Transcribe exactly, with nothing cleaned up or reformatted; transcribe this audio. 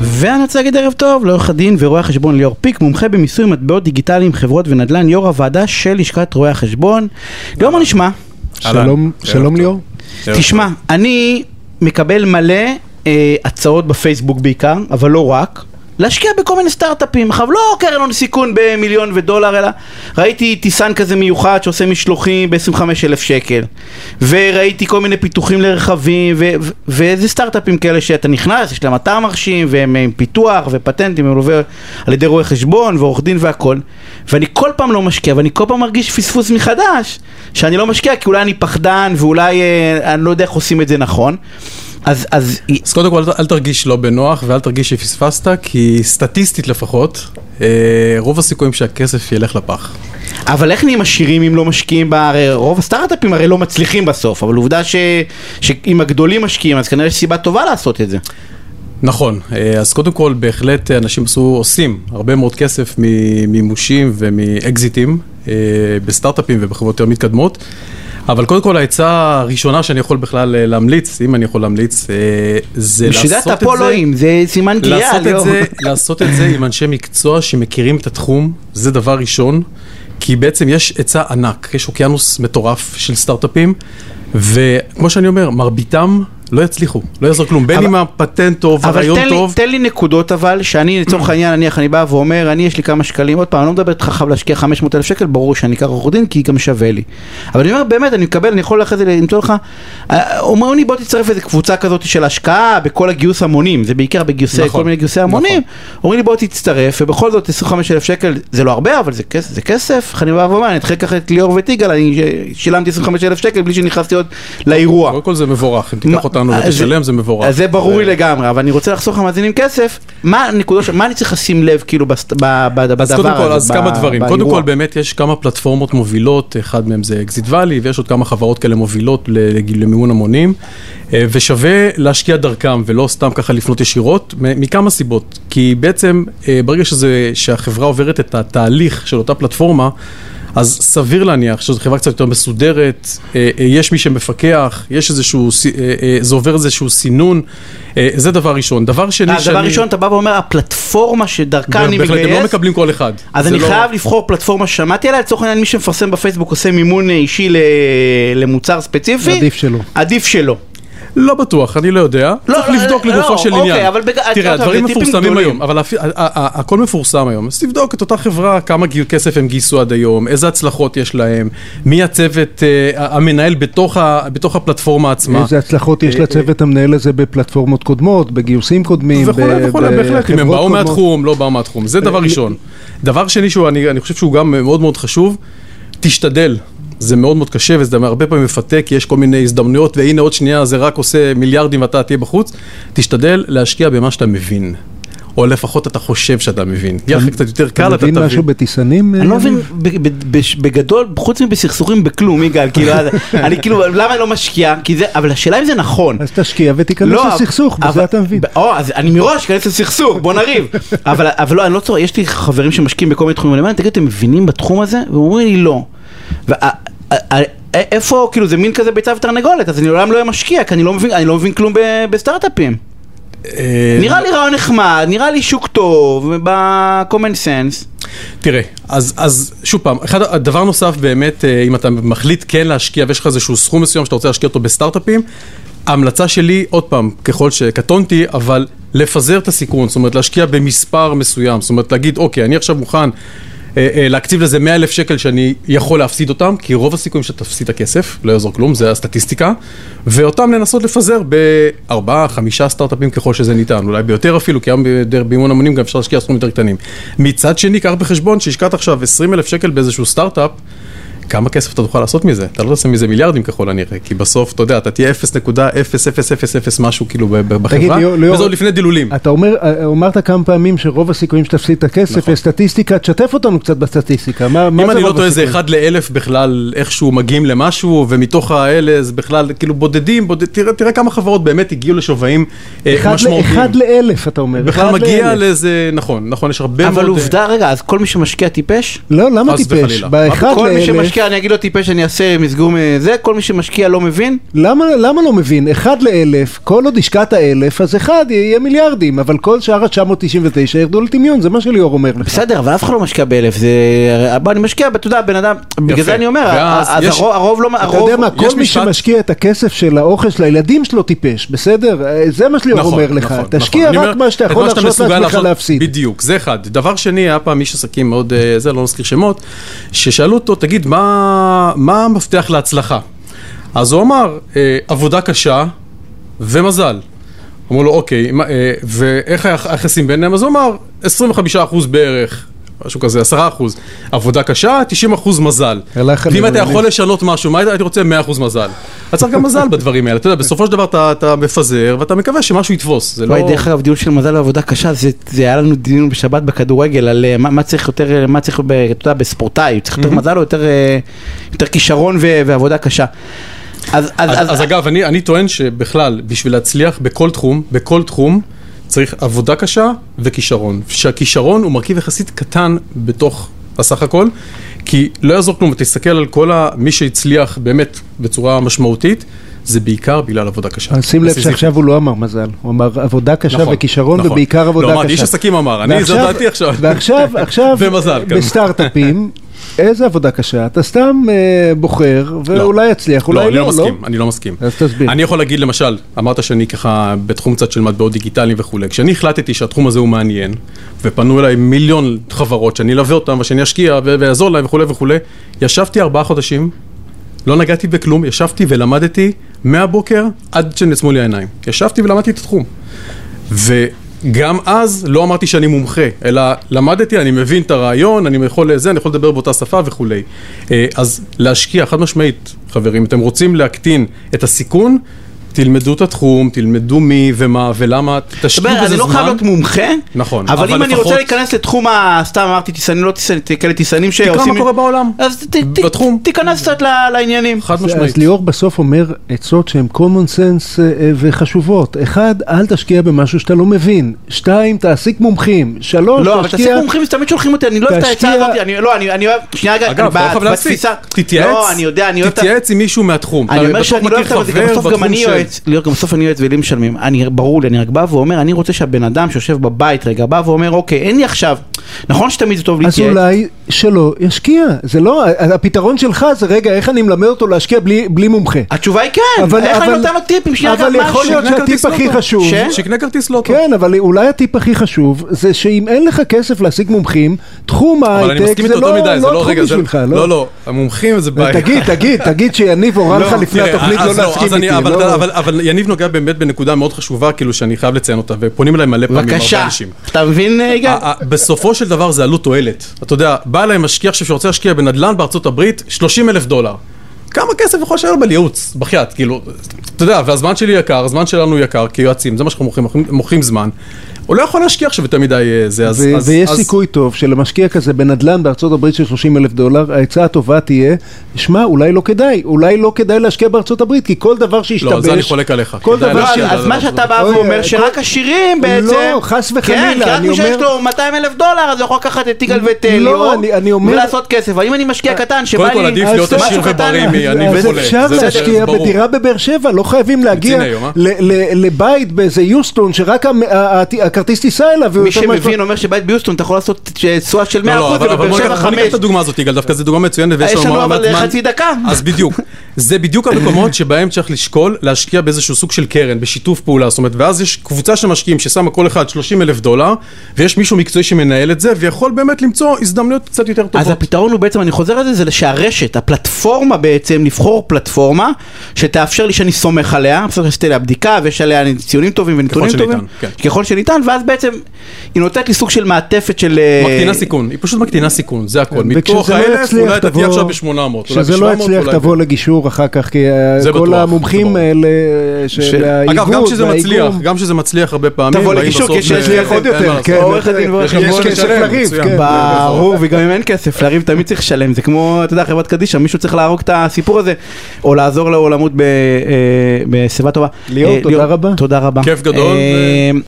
ואני רוצה להגיד ערב טוב לעורך הדין ורואה החשבון ליאור פיק, מומחה במיסוי מטבעות דיגיטליים, חברות ונדל"ן, יו"ר הוועדה של לשכת רואי החשבון. ליאור, מה נשמע? שלום, שלום ליאור. תשמע, אני מקבל מלא אה, הצעות בפייסבוק בעיקר, אבל לא רק, להשקיע בכל מיני סטארט-אפים. עכשיו, לא קרן הון סיכון במיליון ודולר, אלא ראיתי טיסן כזה מיוחד שעושה משלוחים ב-עשרים וחמישה אלף שקל. וראיתי כל מיני פיתוחים לרכבים, ו- ו- ואיזה סטארט-אפים כאלה שאתה נכנס, יש להם אתר מרשים, והם עם פיתוח ופטנטים, הם עובר על ידי רואי חשבון ועורך דין והכל. ואני כל פעם לא משקיע, ואני כל פעם מרגיש פספוס מחדש, שאני לא משקיע, כי אולי אני פחדן, ואולי אה, אני לא יודע איך עושים את זה נכון. אז, אז... אז קודם כל, אל תרגיש לא בנוח, ואל תרגיש שפספסת, כי סטטיסטית לפחות, רוב הסיכויים שהכסף ילך לפח. אבל איך נהיים עשירים אם לא משקיעים בה? הרי רוב הסטארט-אפים הרי לא מצליחים בסוף, אבל עובדה ש... שאם הגדולים משקיעים, אז כנראה יש סיבה טובה לעשות את זה. נכון, אז קודם כל, בהחלט אנשים עשו, עושים הרבה מאוד כסף ממימושים ומאקזיטים בסטארט-אפים ובחברות יותר מתקדמות. אבל קודם כל, ההצעה הראשונה שאני יכול בכלל להמליץ, אם אני יכול להמליץ, זה לעשות את זה... בשבידת הפולואים, זה סימן קריאה. לעשות את זה עם אנשי מקצוע שמכירים את התחום, זה דבר ראשון, כי בעצם יש הצעה ענק, יש אוקיינוס מטורף של סטארט-אפים, וכמו שאני אומר, מרביתם לא יצליחו, לא יעזור כלום, בין אם הפטנט טוב, הרעיון טוב. אבל תן לי נקודות אבל, שאני לצורך העניין, נניח, אני בא ואומר, אני יש לי כמה שקלים, עוד פעם, אני לא מדבר איתך חייב להשקיע חמש מאות אלף שקל, ברור שאני אקח עורך דין, כי גם שווה לי. אבל אני אומר, באמת, אני מקבל, אני יכול אחרי זה למצוא לך, אומרים לי, בוא תצטרף איזו קבוצה כזאת של השקעה בכל הגיוס המונים, זה בעיקר בגיוסי, כל מיני גיוסי המונים, אומרים לי, בוא תצטרף, ובכל זאת עשרים וחמישה אלף שקל, זה לא הרבה, אבל זה כסף. אני בא ואומר, אני אתחיל ככה את ליאור ותיגל, אני שילמתי עשרים וחמישה אלף שקל בלי שנכנסתי עוד לאירוע. קודם כל זה מבורך, אם תיקח אותנו ותשלם, זה מבורך. זה ברור לי לגמרי, אבל אני רוצה לחסוך למאזינים כסף. מה הנקודות, מה אני צריך לשים לב כאילו בדבר הזה? אז קודם כל, אז כמה דברים. קודם כל, באמת יש כמה פלטפורמות מובילות, אחד מהם זה אקזיט ואלי, ויש עוד כמה חברות כאלה מובילות למימון המונים, ושווה להשקיע דרכם, ולא סתם ככה לפנות ישירות, מכמה סיבות. כי בעצם, ברגע שזה, שהחברה עוברת את התהליך של אותה פלטפורמה, אז סביר להניח שזו חברה קצת יותר מסודרת, יש מי שמפקח, יש איזשהו, זה עובר איזשהו סינון, זה דבר ראשון. דבר שני שאני... דבר ראשון, אתה בא ואומר, הפלטפורמה שדרכה אני מגייס... בהחלט, הם לא מקבלים כל אחד. אז אני חייב לבחור פלטפורמה ששמעתי עליה, לצורך העניין מי שמפרסם בפייסבוק עושה מימון אישי למוצר ספציפי. עדיף שלו. עדיף שלו. לא בטוח, אני לא יודע. צריך לבדוק לגופו של עניין. תראה, הדברים מפורסמים היום, אבל הכל מפורסם היום. אז תבדוק את אותה חברה, כמה כסף הם גייסו עד היום, איזה הצלחות יש להם, מי הצוות המנהל בתוך הפלטפורמה עצמה. איזה הצלחות יש לצוות המנהל הזה בפלטפורמות קודמות, בגיוסים קודמים, וכולי וכולי, בהחלט. אם הם באו מהתחום, לא באו מהתחום. זה דבר ראשון. דבר שני, אני חושב שהוא גם מאוד מאוד חשוב, תשתדל. זה מאוד מאוד קשה, וזה הרבה פעמים מפתה, כי יש כל מיני הזדמנויות, והנה עוד שנייה זה רק עושה מיליארדים ואתה תהיה בחוץ. תשתדל להשקיע במה שאתה מבין. או לפחות אתה חושב שאתה מבין. יחד קצת יותר קל, אתה תבין. אתה מבין משהו בטיסנים? אני לא מבין, בגדול, חוץ מבסכסוכים בכלום, יגאל, כאילו, אני כאילו, למה אני לא משקיע? אבל השאלה אם זה נכון. אז תשקיע ותיכנס לסכסוך, בזה אתה מבין. או, אז אני מראש אכנס לסכסוך, בוא נריב. אבל לא, אני לא צורך, יש לי חברים שמשקיעים בכל מיני תחומים, אני תגיד, אתם מבינים בתחום הזה? ואומרים לי לא. איפה, כאילו, זה מין כזה ביצה ותרנגולת, אז אני לעולם לא משקיע, כי אני לא מבין, אני לא מבין כלום בסטארט-אפים. נראה לי רעיון נחמד, נראה לי שוק טוב, ב-common sense. תראה, אז, אז שוב פעם, אחד, הדבר נוסף באמת, אם אתה מחליט כן להשקיע, ויש לך איזשהו סכום מסוים שאתה רוצה להשקיע אותו בסטארט-אפים, ההמלצה שלי, עוד פעם, ככל שקטונתי, אבל לפזר את הסיכון, זאת אומרת, להשקיע במספר מסוים, זאת אומרת, להגיד, אוקיי, אני עכשיו מוכן להקציב לזה מאה אלף שקל שאני יכול להפסיד אותם, כי רוב הסיכויים שאתה תפסיד את הכסף, לא יעזור כלום, זה הסטטיסטיקה, ואותם לנסות לפזר בארבעה, חמישה סטארט-אפים ככל שזה ניתן, אולי ביותר אפילו, כי היום באימון המונים גם אפשר להשקיע סכומים יותר קטנים. מצד שני, קח בחשבון שהשקעת עכשיו עשרים אלף שקל באיזשהו סטארט-אפ, כמה כסף אתה תוכל לעשות מזה? אתה לא תעשה מזה מיליארדים ככל הנראה, כי בסוף, אתה יודע, אתה תהיה אפס נקודה אפס אפס אפס אפס משהו כאילו בחברה, וזה עוד לפני דילולים. אתה אומר, אמרת כמה פעמים שרוב הסיכויים שתפסיד את הכסף, סטטיסטיקה, תשתף אותנו קצת בסטטיסטיקה. אם אני לא טועה, זה אחד לאלף בכלל, איכשהו מגיעים למשהו, ומתוך האלה זה בכלל, כאילו בודדים, תראה כמה חברות באמת הגיעו לשווים משמעותיים. אחד לאלף, אתה אומר. בכלל מגיע לזה, נכון, נכון, יש הרבה מאוד... אבל עובדה, רגע, אז כל מי שמשקיע טיפש? לא, למה טיפש? באחד לאלף שמשקיע, אני אגיד לו טיפש, אני אעשה מסגור מזה, כל מי שמשקיע לא מבין? למה, למה לא מבין? אחד לאלף, כל עוד השקעת האלף, אז אחד יהיה מיליארדים, אבל כל שאר ה-תשע מאות תשעים ותשע ירדו לטמיון, זה מה שליאור אומר לך. בסדר, אבל אף אחד לא משקיע באלף, זה... בוא, אני משקיע, אתה יודע, בן אדם, בגלל זה אני אומר, אז הרוב לא... אתה יודע מה, כל מי שמשקיע את הכסף של האוכל של הילדים שלו טיפש, בסדר? זה מה שליאור אומר לך. תשקיע רק מה שאתה יכול להרשות לעצמך להפסיד. בדיוק, זה אחד. דבר שני, היה פעם איש עסקים מאוד, זה לא נזכיר שמות, ששאלו אותו, תגיד, מה, מה המפתח להצלחה? אז הוא אמר, עבודה קשה ומזל. אמרו לו, אוקיי, ואיך היחסים ביניהם? אז הוא אמר, עשרים וחמישה אחוז בערך, משהו כזה, עשרה אחוז. עבודה קשה, תשעים אחוז מזל. ואם אתה יכול לשנות משהו, מה הייתי רוצה? מאה אחוז מזל. אז צריך גם מזל בדברים האלה. אתה יודע, בסופו של דבר אתה מפזר, ואתה מקווה שמשהו יתפוס. וואי, דרך אגב, דיון של מזל ועבודה קשה, זה היה לנו דיון בשבת בכדורגל, על מה צריך יותר, מה צריך, אתה יודע, בספורטאי, צריך יותר מזל או יותר כישרון ועבודה קשה. אז, אז, אז אגב, אני, אני טוען שבכלל, בשביל להצליח בכל תחום, בכל תחום, צריך עבודה קשה וכישרון. שהכישרון הוא מרכיב יחסית קטן בתוך הסך הכל, כי לא יעזור כלום, ותסתכל על כל מי שהצליח באמת בצורה משמעותית, זה בעיקר בגלל עבודה קשה. שים לב שעכשיו הוא לא אמר מזל, הוא אמר עבודה קשה נכון, וכישרון נכון. ובעיקר עבודה לא, קשה. לא, איש עסקים אמר, אני זו דעתי עכשיו. ועכשיו, עכשיו, ומזל, בסטארט-אפים, איזה עבודה קשה? אתה סתם אה, בוחר, ואולי יצליח, אולי לא, לא. לא, אני לא מסכים, אני לא מסכים. אז תסביר. אני יכול להגיד למשל, אמרת שאני ככה בתחום קצת של מטבעות דיגיטליים וכו'. כשאני החלטתי שהתחום הזה הוא מעניין, ופנו אליי מיליון חברות שאני אלווה אותם, ושאני אשקיע ויעזור להם וכו' וכו', ישבתי ארבעה חודשים, לא נגעתי בכלום, ישבתי ולמדתי מהבוקר עד שנעצמו לי העיניים. ישבתי ולמדתי את התחום. ו... גם אז לא אמרתי שאני מומחה, אלא למדתי, אני מבין את הרעיון, אני יכול לזה, אני יכול לדבר באותה שפה וכו'. אז להשקיע, חד משמעית, חברים, אתם רוצים להקטין את הסיכון, תלמדו את התחום, תלמדו מי ומה ולמה, תשקיעו בזה זמן. אני לא חייב להיות מומחה, נכון, אבל אם אני רוצה להיכנס לתחום, סתם אמרתי טיסנים, לא כאלה טיסנים שעושים... תקרא מה קורה בעולם, אז בתחום. תיכנס קצת לעניינים. חד משמעית. אז ליאור בסוף אומר עצות שהן common sense וחשובות. אחד, אל תשקיע במשהו שאתה לא מבין. שתיים, תעסיק מומחים. שלוש, לא, אבל תעסיק מומחים, זה תמיד שולחים אותי, אני לא אוהב את העצה הזאת, לא, אני אוהב, שנייה רגע, אגב, לא חייב להפסיק, תתייעץ עם מישהו מהתחום. אני אומר שאני לא אוהב את זה, בסוף גם אני יועץ, ליאור, גם בסוף אני יועץ ולי משלמים, אני, ברור לי, אני רק בא ואומר, אני רוצה שהבן אדם שיושב בבית רגע, בא ואומר, אוקיי, אין לי עכשיו, נכון שתמיד זה טוב להתייעץ? אז אולי שלא ישקיע, זה לא, הפתרון שלך זה רגע, איך אני מלמד אותו להשקיע בלי, בלי מומחה? התשובה היא כן, איך אני נותן לו טיפים, שנייה אבל יכול להיות שהטיפ הכי חשוב, שיקנה כרטיס לא טוב. כן, אבל אולי הטיפ הכי חשוב, זה שאם אין לך כסף להשיג מומחים, תחום ההייטק זה לא תחום בשבילך, לא, לא, המומחים זה בעיה. תגיד, תגיד, תגיד שיניב הורה לך לפני התוכנית לא להסכים איתי. אבל יניב נוגע באמת בנקודה מאוד חשובה, כאילו שאני חייב לציין אותה, ופונים אליי מלא פעמים הרבה אנשים. אתה מבין, יגאל? בסופו של דבר זה עלות תועלת. אתה יודע, בא אליי משקיע שרוצה להשקיע בנדל"ן בארצות הברית, שלושים אלף דולר. כמה כסף יכול להשאר בייעוץ, בחייאת, כאילו, אתה יודע, והזמן שלי יקר, הזמן שלנו יקר, כיועצים, זה מה שאנחנו מוכרים, מוכרים זמן. הוא לא יכול להשקיע עכשיו יותר מדי זה, אז... ויש סיכוי טוב שלמשקיע כזה בנדל"ן בארצות הברית של שלושים אלף דולר, ההצעה הטובה תהיה, שמע, אולי לא כדאי, אולי לא כדאי להשקיע בארצות הברית, כי כל דבר שישתבש... לא, זה אני חולק עליך. אז מה שאתה בא ואומר, שרק עשירים בעצם... לא, חס וחלילה, כן, כי רק מי שיש לו מאתיים אלף דולר, אז יכול לקחת את יגאל ואת ליאור, ולעשות כסף. אבל אם אני משקיע קטן, שבא לי... קודם כל עדיף להיות עשיר ובריא מעני וחולה. אפשר להשקיע בדירה בבאר שבע, לא חייבים להגיע לבית באיזה יוסטון, שרק הכרטיס טיסה אליו. מי שמבין אומר שבית ביוסטון אתה יכול לעשות תשואה של מאה אחוז ובבאר שבע חמש. בוא ניקח את הדוגמה הזאת, יגאל, דווקא זו דוגמה מצוינת. יש לנו אבל חצי דקה. אז בדיוק. זה בדיוק המקומות שבהם צריך לשקול להשקיע באיזשהו סוג של קרן, בשיתוף פעולה. זאת אומרת, ואז יש קבוצה של משקיעים ששמה כל אחד שלושים אלף דולר, ויש מישהו מקצועי שמנהל את זה, ויכול באמת למצוא הזדמנויות קצת יותר טובות. אז הפתרון הוא בעצם, אני חוזר על זה, זה שהרשת, הפלטפורמה בעצם, לבחור פלטפורמה שתאפשר לי שאני סומך עליה, בסדר, שתהיה לה בדיקה, ויש עליה ציונים טובים ונתונים טובים, ככל שניתן, ואז בעצם היא נותנת לי סוג של מעטפת של... מקטינה סיכון, היא פשוט מקטינה סיכון, זה הכל. מתוך האלף, אולי תתהיה עכשיו ב-שמונה מאות. שזה לא יצליח, תבוא לגישור אחר כך, כי כל המומחים האלה של האיגוד... אגב, גם שזה מצליח, גם שזה מצליח הרבה פעמים... תבוא לגישור, כי יש עוד יותר, יש כסף לריב, כן. ברור, וגם אם אין כסף, לריב תמיד צריך לשלם, זה כמו, אתה יודע, חברת קדישא, מישהו צריך להרוג את הסיפור הזה, או לעזור לו למות בשיבה טובה. ליאור, תודה רבה. תודה רבה. כיף גדול.